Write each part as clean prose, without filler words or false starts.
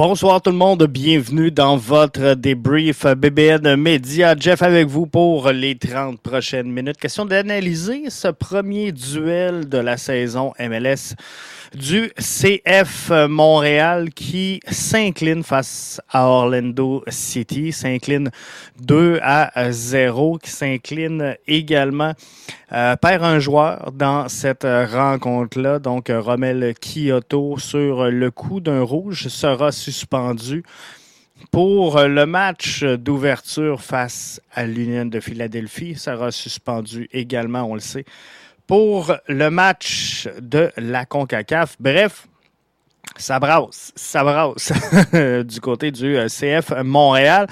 Bonsoir tout le monde, bienvenue dans votre débrief BBN Média. Jeff avec vous pour les 30 prochaines minutes. Question d'analyser ce premier duel de la saison MLS du CF Montréal qui s'incline face à Orlando City, s'incline 2-0, qui s'incline également, perd un joueur dans cette rencontre-là, donc Romel Kyoto sur le coup d'un rouge sera suspendu pour le match d'ouverture face à l'Union de Philadelphie, sera suspendu également, on le sait, pour le match de la CONCACAF. Bref, ça brasse du côté du CF Montréal.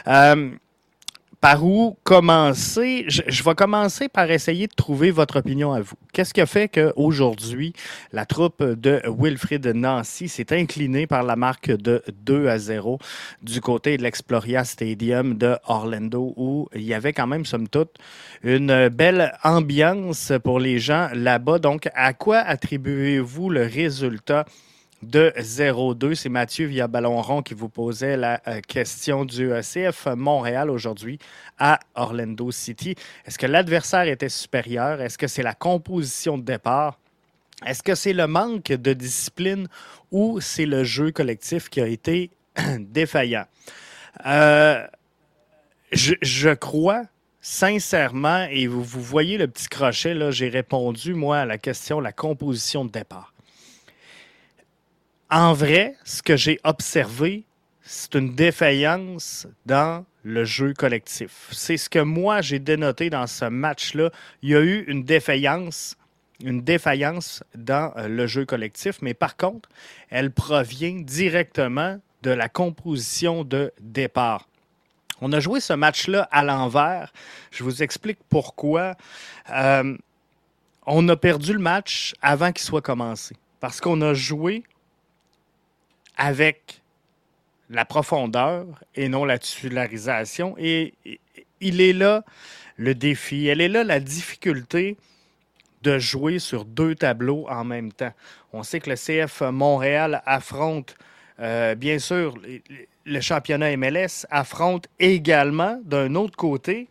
Par où commencer? Je vais commencer par essayer de trouver votre opinion à vous. Qu'est-ce qui a fait qu'aujourd'hui, la troupe de Wilfried Nancy s'est inclinée par la marque de 2-0 du côté de l'Exploria Stadium de Orlando, où il y avait quand même, somme toute, une belle ambiance pour les gens là-bas. Donc, à quoi attribuez-vous le résultat de 0-2? C'est Mathieu via Ballon Rond qui vous posait la question du CF Montréal aujourd'hui à Orlando City. Est-ce que l'adversaire était supérieur? Est-ce que c'est la composition de départ? Est-ce que c'est le manque de discipline ou c'est le jeu collectif qui a été défaillant? Je crois sincèrement, et vous voyez le petit crochet, là, j'ai répondu, moi, à la question, la composition de départ. En vrai, ce que j'ai observé, c'est une défaillance dans le jeu collectif. C'est ce que moi, j'ai dénoté dans ce match-là. Il y a eu une défaillance dans le jeu collectif, mais par contre, elle provient directement de la composition de départ. On a joué ce match-là à l'envers. Je vous explique pourquoi. On a perdu le match avant qu'il soit commencé. Parce qu'on a joué avec la profondeur et non la titularisation. Et il est là le défi. Elle est là la difficulté de jouer sur deux tableaux en même temps. On sait que le CF Montréal affronte, bien sûr, le championnat MLS, affronte également, d'un autre côté,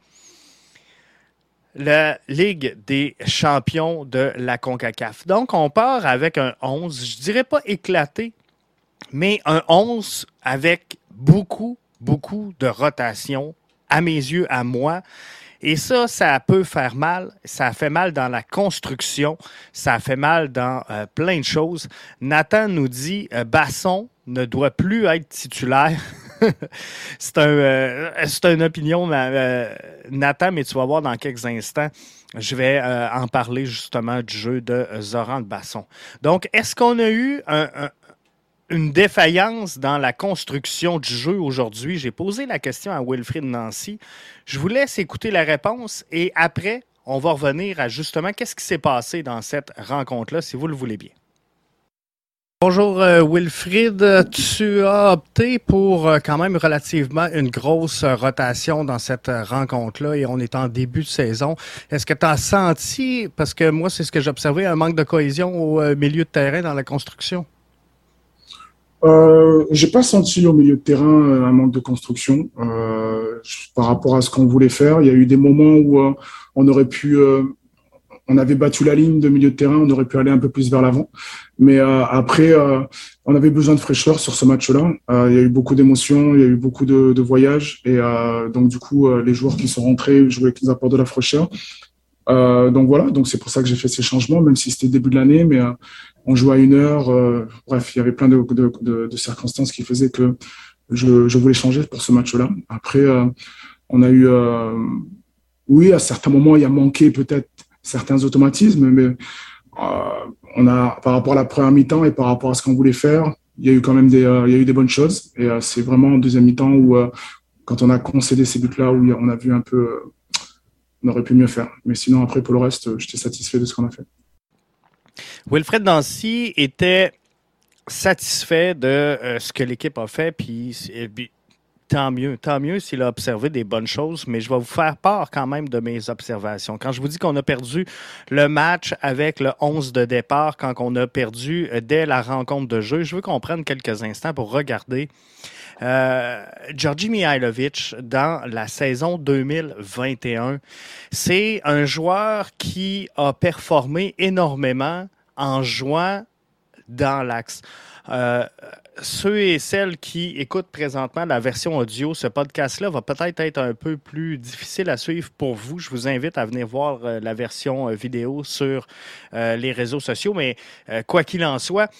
la Ligue des champions de la CONCACAF. Donc, on part avec un 11, je dirais pas éclaté, mais un 11 avec beaucoup de rotation, à mes yeux, à moi. Et ça peut faire mal. Ça fait mal dans la construction. Ça fait mal dans plein de choses. Nathan nous dit Basson ne doit plus être titulaire. C'est une opinion, Nathan, mais tu vas voir dans quelques instants. Je vais en parler justement du jeu de Zoran Basson. Donc, est-ce qu'on a eu une défaillance dans la construction du jeu aujourd'hui? J'ai posé la question à Wilfried Nancy. Je vous laisse écouter la réponse et après, on va revenir à justement qu'est-ce qui s'est passé dans cette rencontre-là, si vous le voulez bien. Bonjour Wilfried, tu as opté pour quand même relativement une grosse rotation dans cette rencontre-là et on est en début de saison. Est-ce que tu as senti, parce que moi c'est ce que j'ai observé, un manque de cohésion au milieu de terrain dans la construction? J'ai pas senti au milieu de terrain un manque de construction par rapport à ce qu'on voulait faire. Il y a eu des moments où on aurait pu, on avait battu la ligne de milieu de terrain, on aurait pu aller un peu plus vers l'avant. Mais après, on avait besoin de fraîcheur sur ce match-là. Il y a eu beaucoup d'émotions, il y a eu beaucoup de voyages et donc du coup, les joueurs qui sont rentrés jouaient avec les apports de la fraîcheur. Donc voilà, donc c'est pour ça que j'ai fait ces changements, même si c'était le début de l'année, mais on jouait à 1 heure. Bref, il y avait plein de circonstances qui faisaient que je voulais changer pour ce match-là. Après, on a eu, oui, à certains moments, il y a manqué peut-être certains automatismes, mais on a, par rapport à la première mi-temps et par rapport à ce qu'on voulait faire, il y a eu quand même il y a eu des bonnes choses. Et c'est vraiment en deuxième mi-temps où, quand on a concédé ces buts-là, où on a vu un peu on aurait pu mieux faire. Mais sinon, après, pour le reste, j'étais satisfait de ce qu'on a fait. Wilfried Nancy était satisfait de ce que l'équipe a fait, puis Tant mieux s'il a observé des bonnes choses, mais je vais vous faire part quand même de mes observations. Quand je vous dis qu'on a perdu le match avec le 11 de départ, quand on a perdu dès la rencontre de jeu, je veux qu'on prenne quelques instants pour regarder Djordje Mihailovic dans la saison 2021. C'est un joueur qui a performé énormément en jouant dans l'axe. Ceux et celles qui écoutent présentement la version audio, ce podcast-là va peut-être être un peu plus difficile à suivre pour vous. Je vous invite à venir voir la version vidéo sur les réseaux sociaux, mais quoi qu'il en soit,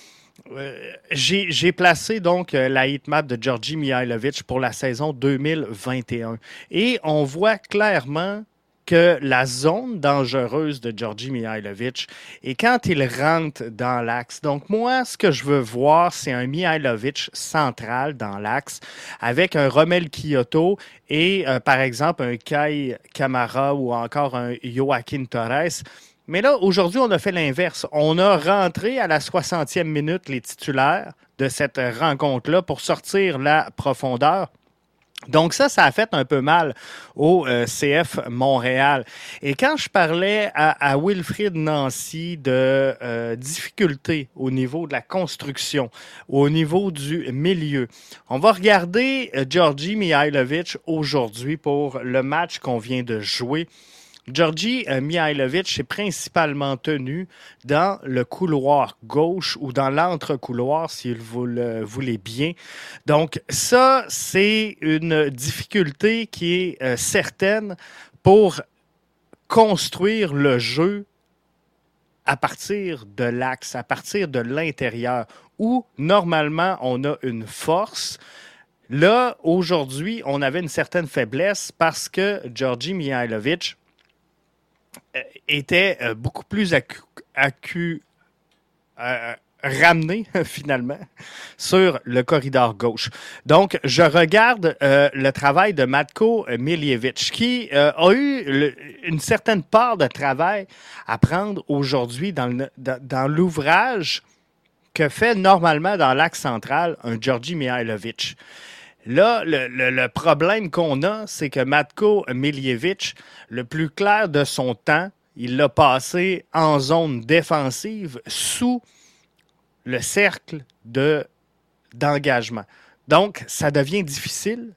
j'ai placé donc la heatmap de Djordje Mihailovic pour la saison 2021. Et on voit clairement que la zone dangereuse de Djordje Mihailovic est quand il rentre dans l'axe. Donc moi, ce que je veux voir, c'est un Mihailovic central dans l'axe avec un Romell Quioto et par exemple un Kai Kamara ou encore un Joaquin Torres. Mais là, aujourd'hui, on a fait l'inverse. On a rentré à la 60e minute les titulaires de cette rencontre-là pour sortir la profondeur. Donc ça a fait un peu mal au CF Montréal. Et quand je parlais à Wilfried Nancy de difficultés au niveau de la construction, au niveau du milieu, on va regarder Djordje Mihailovic aujourd'hui pour le match qu'on vient de jouer. Djordje Mihailovic est principalement tenu dans le couloir gauche ou dans l'entre-couloir, si vous le voulez bien. Donc, ça, c'est une difficulté qui est certaine pour construire le jeu à partir de l'axe, à partir de l'intérieur, où normalement on a une force. Là, aujourd'hui, on avait une certaine faiblesse parce que Djordje Mihailovic était beaucoup plus ramené finalement sur le corridor gauche. Donc, je regarde le travail de Matko Miljevic qui a eu une certaine part de travail à prendre aujourd'hui dans l'ouvrage que fait normalement dans l'axe central un Djordje Mihailovic. Là, le problème qu'on a, c'est que Matko Miljevic, le plus clair de son temps, il l'a passé en zone défensive sous le cercle d'engagement. Donc, ça devient difficile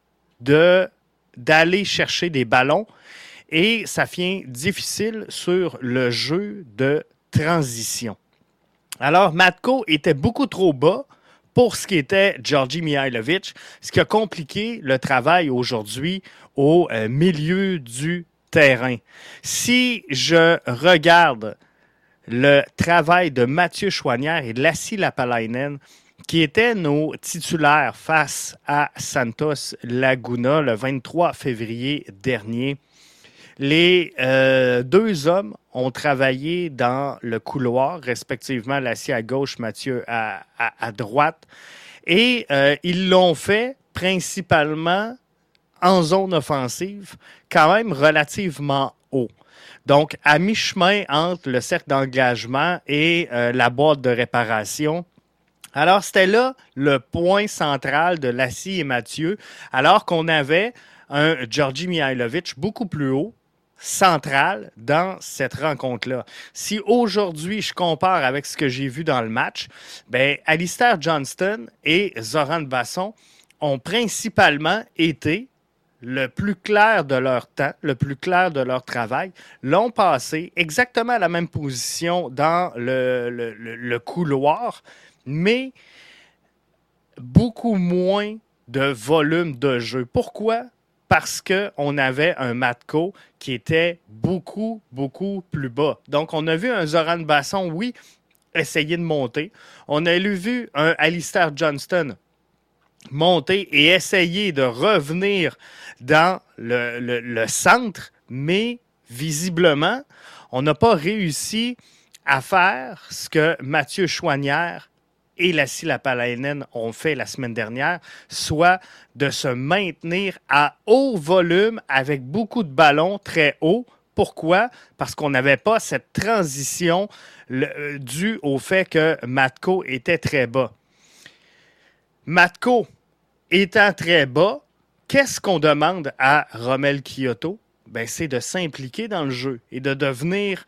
d'aller chercher des ballons et ça devient difficile sur le jeu de transition. Alors, Matko était beaucoup trop bas pour ce qui était Djordje Mihailovic, ce qui a compliqué le travail aujourd'hui au milieu du terrain. Si je regarde le travail de Mathieu Choinière et de Lassi Lapalainen, qui étaient nos titulaires face à Santos Laguna le 23 février dernier, les deux hommes ont travaillé dans le couloir, respectivement Lassi à gauche, Mathieu à droite, et ils l'ont fait principalement en zone offensive, quand même relativement haut. Donc, à mi-chemin entre le cercle d'engagement et la boîte de réparation. Alors, c'était là le point central de Lassi et Mathieu, alors qu'on avait un Djordje Mihailovic beaucoup plus haut, central dans cette rencontre-là. Si aujourd'hui, je compare avec ce que j'ai vu dans le match, ben Alistair Johnston et Zoran Basson ont principalement été le plus clair de leur temps, le plus clair de leur travail, l'ont passé exactement à la même position dans le couloir, mais beaucoup moins de volume de jeu. Pourquoi? Parce qu'on avait un Matko qui était beaucoup, beaucoup plus bas. Donc, on a vu un Zoran Basson, oui, essayer de monter. On a vu un Alistair Johnston monter et essayer de revenir dans le centre, mais visiblement, on n'a pas réussi à faire ce que Mathieu Choinière et Lassi Lapalainen ont fait la semaine dernière, soit de se maintenir à haut volume avec beaucoup de ballons très hauts. Pourquoi? Parce qu'on n'avait pas cette transition due au fait que Matko était très bas. Matko étant très bas, qu'est-ce qu'on demande à Romel Kyoto? Ben, c'est de s'impliquer dans le jeu et de devenir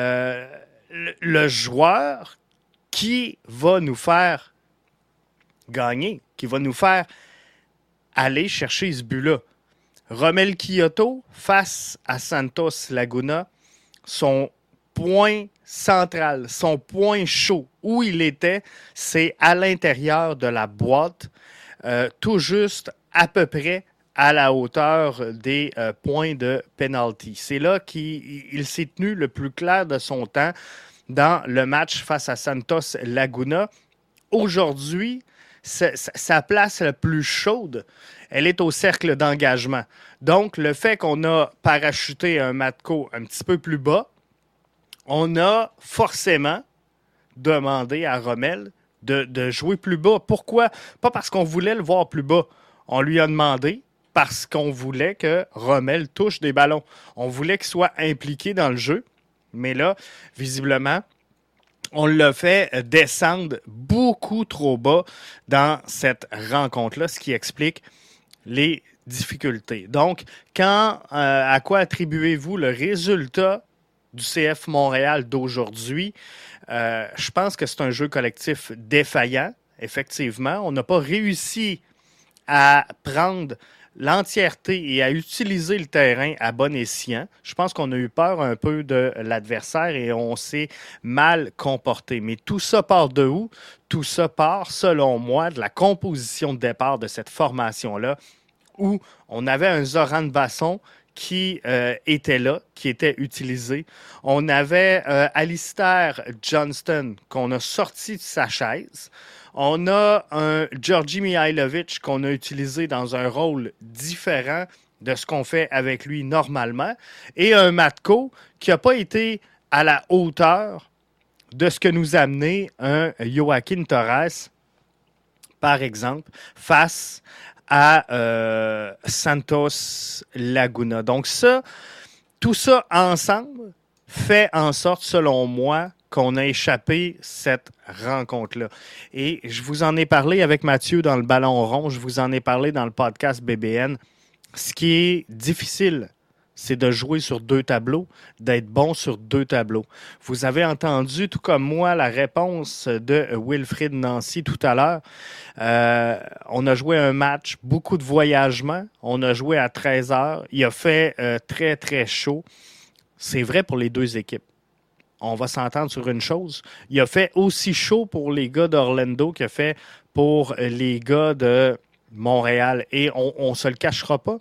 le joueur qui va nous faire gagner, qui va nous faire aller chercher ce but-là. Romel Kyoto, face à Santos Laguna, son point central, son point chaud, où il était, c'est à l'intérieur de la boîte, tout juste à peu près à la hauteur des points de penalty. C'est là qu'il s'est tenu le plus clair de son temps dans le match face à Santos Laguna. Aujourd'hui, sa place la plus chaude, elle est au cercle d'engagement. Donc, le fait qu'on a parachuté un Matko un petit peu plus bas, on a forcément demandé à Romel de jouer plus bas. Pourquoi? Pas parce qu'on voulait le voir plus bas. On lui a demandé parce qu'on voulait que Romel touche des ballons. On voulait qu'il soit impliqué dans le jeu. Mais là, visiblement, on l'a fait descendre beaucoup trop bas dans cette rencontre-là, ce qui explique les difficultés. Donc, à quoi attribuez-vous le résultat du CF Montréal d'aujourd'hui? Je pense que c'est un jeu collectif défaillant, effectivement. On n'a pas réussi à prendre l'entièreté et à utiliser le terrain à bon escient. Je pense qu'on a eu peur un peu de l'adversaire et on s'est mal comporté. Mais tout ça part de où? Tout ça part, selon moi, de la composition de départ de cette formation-là, où on avait un Zoran Basson qui était là, qui était utilisé. On avait Alistair Johnston qu'on a sorti de sa chaise. On a un Georgi Mihailovic qu'on a utilisé dans un rôle différent de ce qu'on fait avec lui normalement. Et un Matko qui n'a pas été à la hauteur de ce que nous a amené un Joaquin Torres, par exemple, face à Santos Laguna. Donc ça, tout ça ensemble fait en sorte, selon moi, qu'on a échappé cette rencontre-là. Et je vous en ai parlé avec Mathieu dans le Ballon rond, je vous en ai parlé dans le podcast BBN. Ce qui est difficile, c'est de jouer sur deux tableaux, d'être bon sur deux tableaux. Vous avez entendu, tout comme moi, la réponse de Wilfrid Nancy tout à l'heure. On a joué un match, beaucoup de voyagement. On a joué à 13 heures. Il a fait très, très chaud. C'est vrai pour les deux équipes. On va s'entendre sur une chose. Il a fait aussi chaud pour les gars d'Orlando qu'il a fait pour les gars de Montréal. Et on ne se le cachera pas.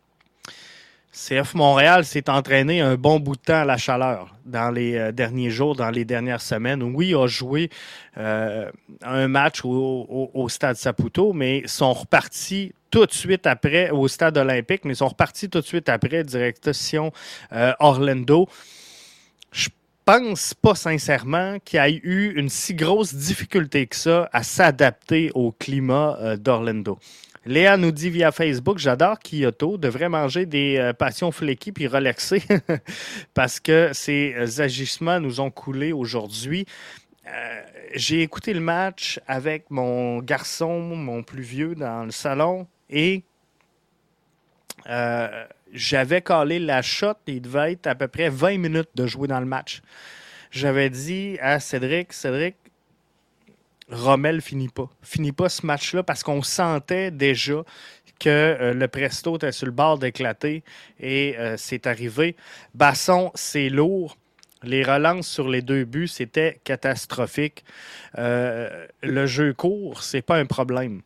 CF Montréal s'est entraîné un bon bout de temps à la chaleur dans les derniers jours, dans les dernières semaines. Oui, il a joué un match au Stade Saputo, mais ils sont repartis tout de suite après au Stade olympique, mais ils sont repartis tout de suite après, direction Orlando. Je pense pas sincèrement qu'il y ait eu une si grosse difficulté que ça à s'adapter au climat d'Orlando. Léa nous dit via Facebook, j'adore Kyoto, devrait manger des passions fléquis puis relaxer parce que ces agissements nous ont coulé aujourd'hui. J'ai écouté le match avec mon garçon, mon plus vieux, dans le salon et j'avais calé la shot et il devait être à peu près 20 minutes de jouer dans le match. J'avais dit à Cédric, Romel finit pas ce match-là parce qu'on sentait déjà que le Presto était sur le bord d'éclater et c'est arrivé. Basson, c'est lourd. Les relances sur les deux buts, c'était catastrophique. Le jeu court, c'est pas un problème.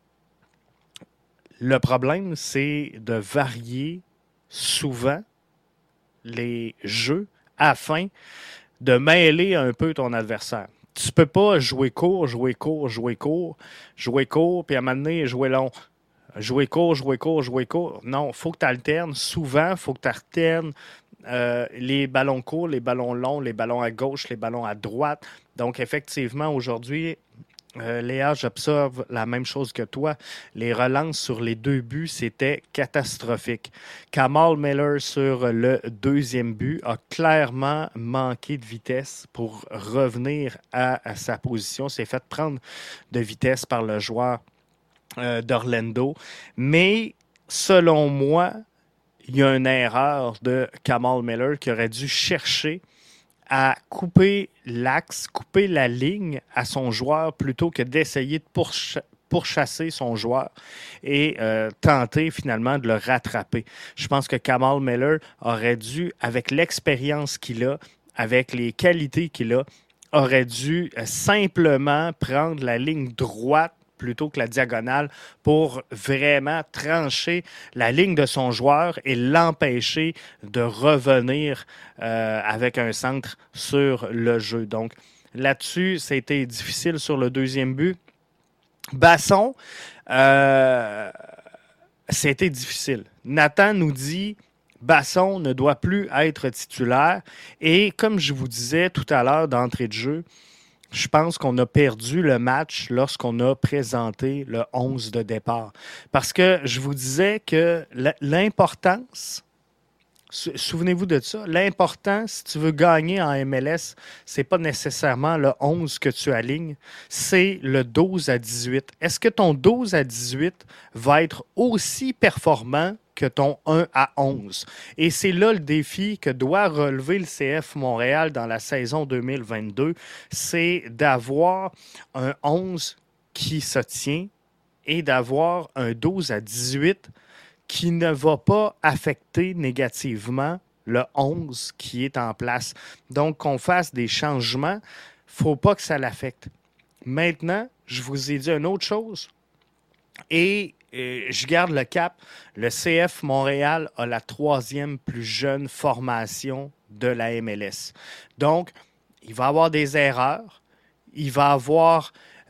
Le problème, c'est de varier souvent les jeux afin de mêler un peu ton adversaire. Tu peux pas jouer court, puis à un moment donné, jouer long. Jouer court. Non, il faut que tu alternes. Souvent, il faut que tu alternes les ballons courts, les ballons longs, les ballons à gauche, les ballons à droite. Donc, effectivement, aujourd'hui, Léa, j'observe la même chose que toi. Les relances sur les deux buts, c'était catastrophique. Kamal Miller, sur le deuxième but, a clairement manqué de vitesse pour revenir à sa position. S'est fait prendre de vitesse par le joueur d'Orlando. Mais selon moi, il y a une erreur de Kamal Miller qui aurait dû chercher à couper l'axe, couper la ligne à son joueur plutôt que d'essayer de pourchasser son joueur et tenter finalement de le rattraper. Je pense que Kamal Miller aurait dû, avec l'expérience qu'il a, avec les qualités qu'il a, aurait dû simplement prendre la ligne droite plutôt que la diagonale pour vraiment trancher la ligne de son joueur et l'empêcher de revenir avec un centre sur le jeu. Donc là-dessus, c'était difficile sur le deuxième but. Basson, c'était difficile. Nathan nous dit Basson ne doit plus être titulaire et comme je vous disais tout à l'heure d'entrée de jeu, je pense qu'on a perdu le match lorsqu'on a présenté le 11 de départ. Parce que je vous disais que l'importance, souvenez-vous de ça, l'important, si tu veux gagner en MLS, c'est pas nécessairement le 11 que tu alignes, c'est le 12 à 18. Est-ce que ton 12 à 18 va être aussi performant que ton 1 à 11. Et c'est là le défi que doit relever le CF Montréal dans la saison 2022, c'est d'avoir un 11 qui se tient et d'avoir un 12 à 18 qui ne va pas affecter négativement le 11 qui est en place. Donc, qu'on fasse des changements, il ne faut pas que ça l'affecte. Maintenant, je vous ai dit une autre chose et je garde le cap. Le CF Montréal a la 3e plus jeune formation de la MLS. Donc, il va avoir des erreurs, il va avoir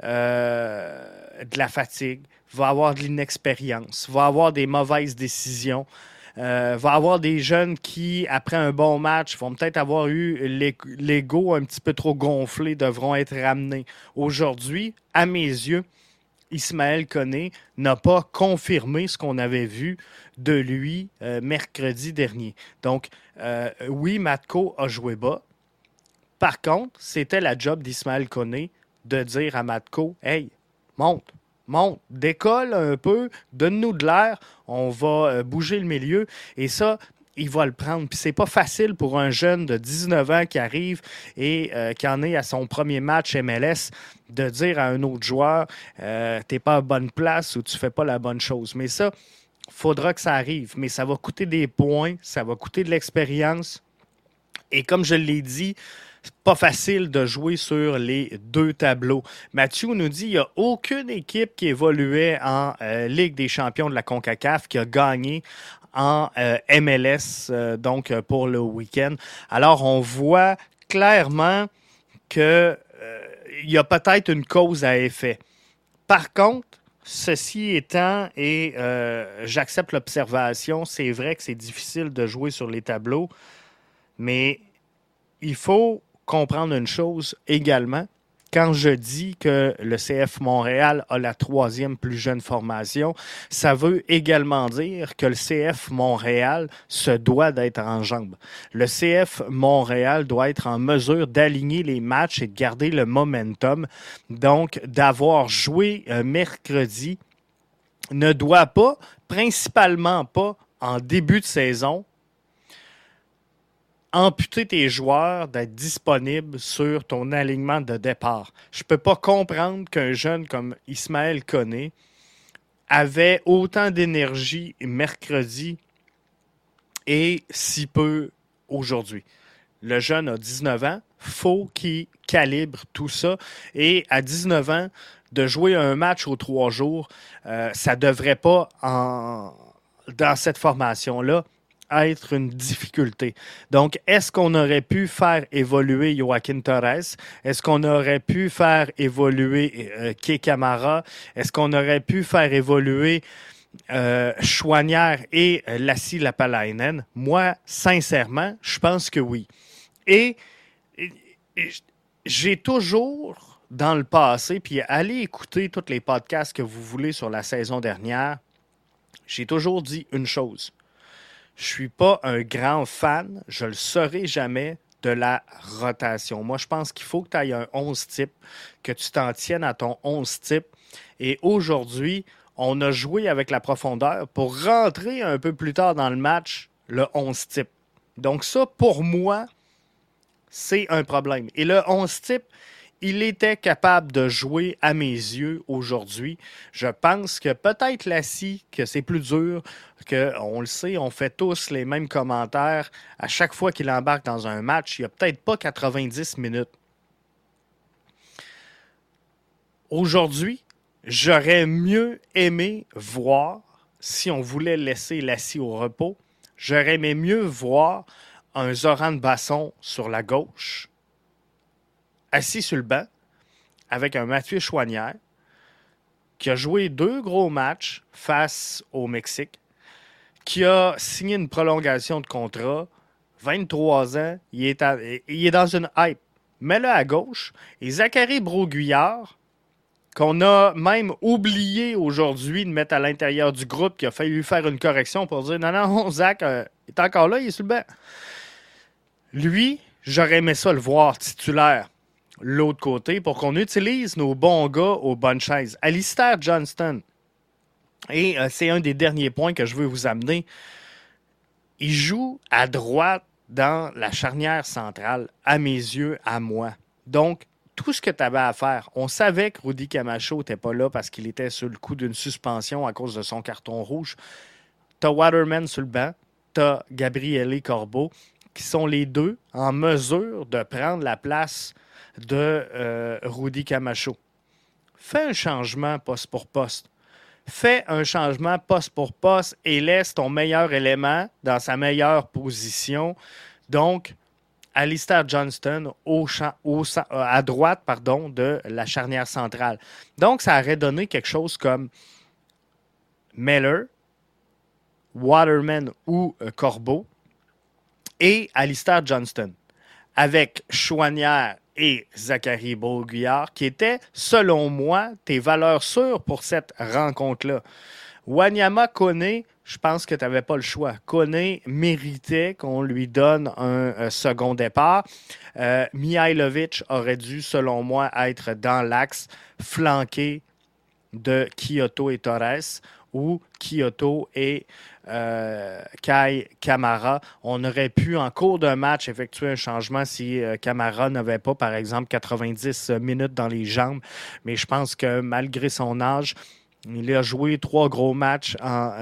de la fatigue, il va avoir de l'inexpérience, il va avoir des mauvaises décisions. Va avoir des jeunes qui, après un bon match, vont peut-être avoir eu l'ego un petit peu trop gonflé, devront être ramenés. Aujourd'hui, à mes yeux, Ismaël Koné n'a pas confirmé ce qu'on avait vu de lui mercredi dernier. Donc, oui, Matko a joué bas. Par contre, c'était la job d'Ismaël Koné de dire à Matko, « Hey, monte, décolle un peu, donne-nous de l'air, on va bouger le milieu. » Et ça, il va le prendre. Puis c'est pas facile pour un jeune de 19 ans qui arrive et qui en est à son premier match MLS de dire à un autre joueur t'es pas à bonne place ou tu fais pas la bonne chose. Mais ça, faudra que ça arrive. Mais ça va coûter des points, ça va coûter de l'expérience. Et comme je l'ai dit, c'est pas facile de jouer sur les deux tableaux. Mathieu nous dit qu'il n'y a aucune équipe qui évoluait en Ligue des champions de la CONCACAF qui a gagné en MLS, donc pour le week-end. Alors, on voit clairement qu'il y a peut-être une cause à effet. Par contre, ceci étant, et j'accepte l'observation, c'est vrai que c'est difficile de jouer sur les tableaux, mais il faut comprendre une chose également. Quand je dis que le CF Montréal a la 3e plus jeune formation, ça veut également dire que le CF Montréal se doit d'être en jambes. Le CF Montréal doit être en mesure d'aligner les matchs et de garder le momentum. Donc, d'avoir joué mercredi ne doit pas, principalement pas en début de saison, amputer tes joueurs d'être disponibles sur ton alignement de départ. Je ne peux pas comprendre qu'un jeune comme Ismaël Koné avait autant d'énergie mercredi et si peu aujourd'hui. Le jeune a 19 ans, il faut qu'il calibre tout ça. Et à 19 ans, de jouer un match aux 3 jours, ça ne devrait pas, dans cette formation-là, être une difficulté. Donc, est-ce qu'on aurait pu faire évoluer Joaquin Torres? Est-ce qu'on aurait pu faire évoluer Kei Kamara? Est-ce qu'on aurait pu faire évoluer Chouanière et Lassi Lapalainen? Moi, sincèrement, je pense que oui. Et j'ai toujours, dans le passé, puis allez écouter tous les podcasts que vous voulez sur la saison dernière, j'ai toujours dit une chose. Je ne suis pas un grand fan, je ne le serai jamais, de la rotation. Moi, je pense qu'il faut que tu ailles un 11 type, que tu t'en tiennes à ton 11 type. Et aujourd'hui, on a joué avec la profondeur pour rentrer un peu plus tard dans le match le 11 type. Donc ça, pour moi, c'est un problème. Et le 11 type, il était capable de jouer à mes yeux aujourd'hui. Je pense que peut-être Lassie, que c'est plus dur, qu'on le sait, on fait tous les mêmes commentaires. À chaque fois qu'il embarque dans un match, il n'y a peut-être pas 90 minutes. Aujourd'hui, j'aurais mieux aimé voir, si on voulait laisser Lassie au repos, j'aurais aimé mieux voir un Zoran Basson sur la gauche, assis sur le banc, avec un Mathieu Choinière, qui a joué 2 gros matchs face au Mexique, qui a signé une prolongation de contrat, 23 ans, il est dans une hype. Mets-le à gauche, et Zachary Broguillard, qu'on a même oublié aujourd'hui de mettre à l'intérieur du groupe, qui a fallu faire une correction pour dire « Non, Zach est encore là, il est sur le banc. » Lui, j'aurais aimé ça le voir titulaire l'autre côté pour qu'on utilise nos bons gars aux bonnes chaises. Alistair Johnston, et c'est un des derniers points que je veux vous amener, il joue à droite dans la charnière centrale, à mes yeux, à moi. Donc, tout ce que tu avais à faire, on savait que Rudy Camacho n'était pas là parce qu'il était sur le coup d'une suspension à cause de son carton rouge. Tu as Waterman sur le banc, tu as Gabriele Corbeau, qui sont les deux en mesure de prendre la place de Rudy Camacho. Fais un changement poste pour poste. Fais un changement poste pour poste et laisse ton meilleur élément dans sa meilleure position. Donc, Alistair Johnston à droite de la charnière centrale. Donc, ça aurait donné quelque chose comme Meller, Waterman ou Corbeau et Alistair Johnston, avec Choinière et Zachary Broguillard, qui étaient, selon moi, tes valeurs sûres pour cette rencontre-là. Wanyama Kone, je pense que tu n'avais pas le choix. Kone méritait qu'on lui donne un second départ. Mihailovic aurait dû, selon moi, être dans l'axe, flanqué de Kyoto et Torres, ou Kyoto et Kai Kamara. On aurait pu, en cours d'un match, effectuer un changement si Kamara n'avait pas, par exemple, 90 minutes dans les jambes. Mais je pense que malgré son âge, il a joué 3 gros matchs en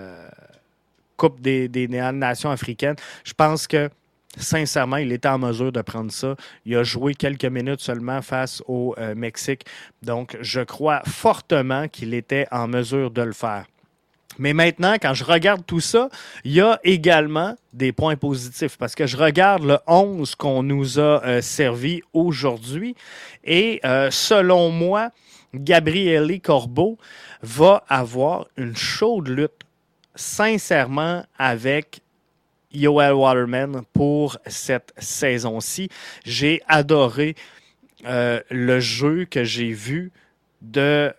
Coupe des Nations africaines. Je pense que, sincèrement, il était en mesure de prendre ça. Il a joué quelques minutes seulement face au Mexique. Donc, je crois fortement qu'il était en mesure de le faire. Mais maintenant, quand je regarde tout ça, il y a également des points positifs parce que je regarde le 11 qu'on nous a servi aujourd'hui et selon moi, Gabriele Corbeau va avoir une chaude lutte, sincèrement, avec Yoel Waterman pour cette saison-ci. J'ai adoré le jeu que j'ai vu de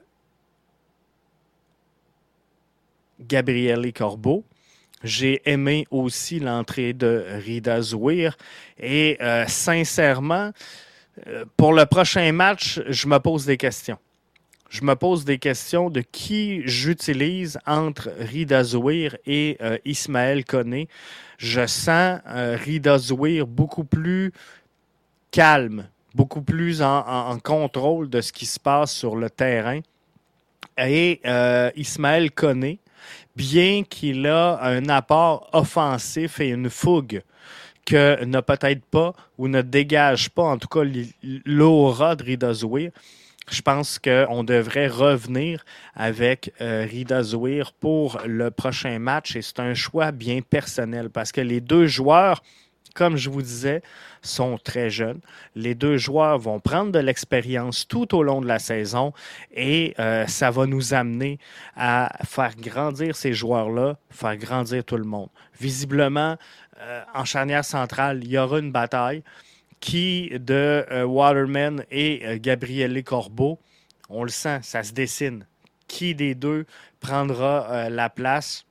Gabriele Corbeau. J'ai aimé aussi l'entrée de Rida Zouhir. Et sincèrement, pour le prochain match, je me pose des questions. Je me pose des questions de qui j'utilise entre Rida Zouhir et Ismaël Koné. Je sens Rida Zouhir beaucoup plus calme, beaucoup plus en contrôle de ce qui se passe sur le terrain. Et Ismaël Koné, bien qu'il a un apport offensif et une fougue que n'a peut-être pas ou ne dégage pas, en tout cas, l'aura de Rida Zouhir, je pense qu'on devrait revenir avec Rida Zouhir pour le prochain match et c'est un choix bien personnel parce que les deux joueurs, comme je vous disais, sont très jeunes. Les deux joueurs vont prendre de l'expérience tout au long de la saison et ça va nous amener à faire grandir ces joueurs-là, faire grandir tout le monde. Visiblement, en charnière centrale, il y aura une bataille qui de Waterman et Gabriele Corbeau. On le sent, ça se dessine. Qui des deux prendra la place?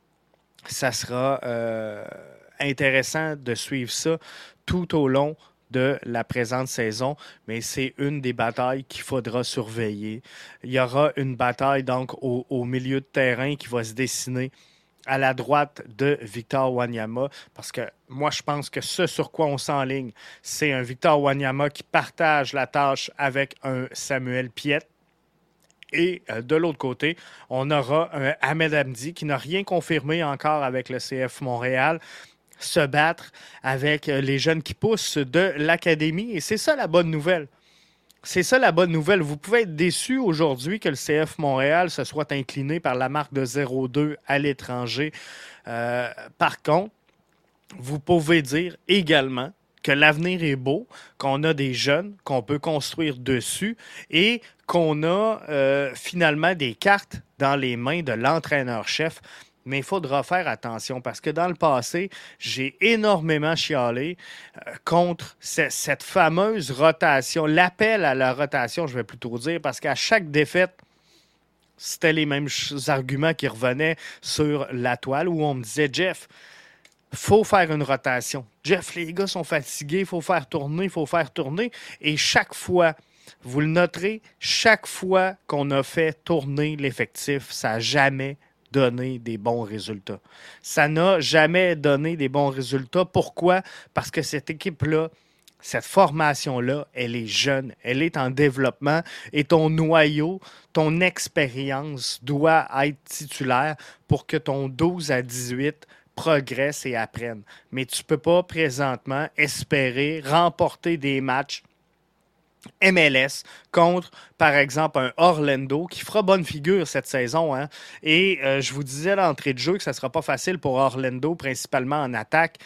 Ça sera intéressant de suivre ça tout au long de la présente saison, mais c'est une des batailles qu'il faudra surveiller. Il y aura une bataille donc au milieu de terrain qui va se dessiner à la droite de Victor Wanyama, parce que moi, je pense que ce sur quoi on s'enligne, c'est un Victor Wanyama qui partage la tâche avec un Samuel Piette. Et de l'autre côté, on aura un Ahmed Hamdi qui n'a rien confirmé encore avec le CF Montréal, se battre avec les jeunes qui poussent de l'académie. Et c'est ça la bonne nouvelle. C'est ça la bonne nouvelle. Vous pouvez être déçu aujourd'hui que le CF Montréal se soit incliné par la marque de 0-2 à l'étranger. Par contre, vous pouvez dire également que l'avenir est beau, qu'on a des jeunes qu'on peut construire dessus et qu'on a finalement des cartes dans les mains de l'entraîneur-chef. Mais il faudra faire attention parce que dans le passé, j'ai énormément chialé contre cette fameuse rotation, l'appel à la rotation, je vais plutôt dire, parce qu'à chaque défaite, c'était les mêmes arguments qui revenaient sur la toile où on me disait « Jeff, faut faire une rotation. Jeff, les gars sont fatigués, il faut faire tourner. » Et chaque fois, vous le noterez, chaque fois qu'on a fait tourner l'effectif, ça n'a jamais donné des bons résultats. Ça n'a jamais donné des bons résultats. Pourquoi? Parce que cette équipe-là, cette formation-là, elle est jeune, elle est en développement et ton noyau, ton expérience doit être titulaire pour que ton 12 à 18 progresse et apprenne. Mais tu ne peux pas présentement espérer remporter des matchs MLS contre, par exemple, un Orlando qui fera bonne figure cette saison. Hein? Et je vous disais à l'entrée de jeu que ça ne sera pas facile pour Orlando, principalement en attaque.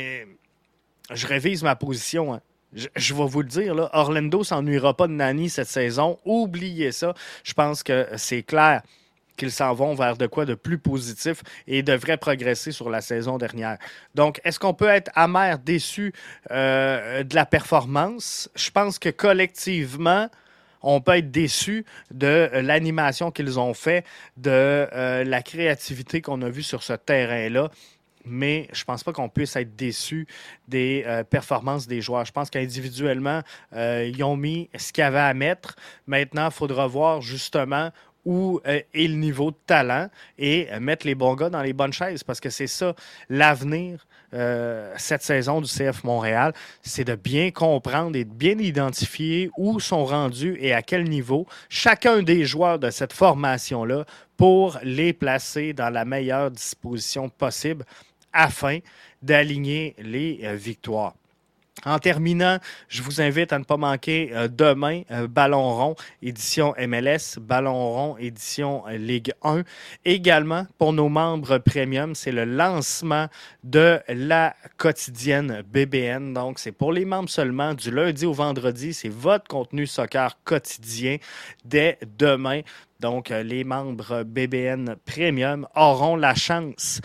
Je révise ma position. Hein? Je vais vous le dire, là, Orlando ne s'ennuiera pas de Nani cette saison. Oubliez ça. Je pense que c'est clair qu'ils s'en vont vers de quoi de plus positif et devraient progresser sur la saison dernière. Donc, est-ce qu'on peut être amer, déçu de la performance? Je pense que collectivement, on peut être déçu de l'animation qu'ils ont fait, de la créativité qu'on a vue sur ce terrain-là. Mais je ne pense pas qu'on puisse être déçu des performances des joueurs. Je pense qu'individuellement, ils ont mis ce qu'il y avait à mettre. Maintenant, il faudra voir justement où est le niveau de talent et mettre les bons gars dans les bonnes chaises parce que c'est ça l'avenir cette saison du CF Montréal, c'est de bien comprendre et de bien identifier où sont rendus et à quel niveau chacun des joueurs de cette formation-là pour les placer dans la meilleure disposition possible afin d'aligner les victoires. En terminant, je vous invite à ne pas manquer demain, Ballon rond, édition MLS, Ballon rond, édition Ligue 1. Également, pour nos membres premium, c'est le lancement de la quotidienne BBN. Donc, c'est pour les membres seulement, du lundi au vendredi. C'est votre contenu soccer quotidien dès demain. Donc, les membres BBN Premium auront la chance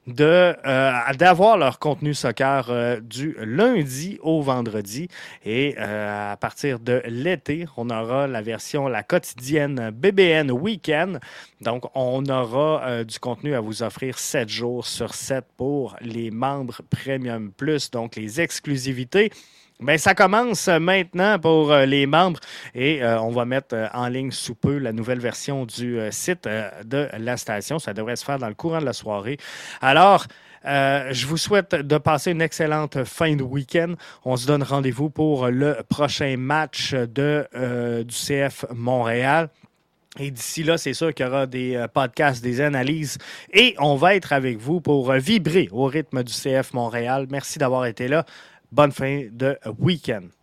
d'avoir leur contenu soccer du lundi au vendredi. Et à partir de l'été, on aura la quotidienne BBN Weekend. Donc, on aura du contenu à vous offrir 7 jours sur 7 pour les membres Premium Plus, donc les exclusivités. Bien, ça commence maintenant pour les membres et on va mettre en ligne sous peu la nouvelle version du site de la station. Ça devrait se faire dans le courant de la soirée. Alors, je vous souhaite de passer une excellente fin de week-end. On se donne rendez-vous pour le prochain match du CF Montréal. Et d'ici là, c'est sûr qu'il y aura des podcasts, des analyses et on va être avec vous pour vibrer au rythme du CF Montréal. Merci d'avoir été là. Bonne fin de week-end.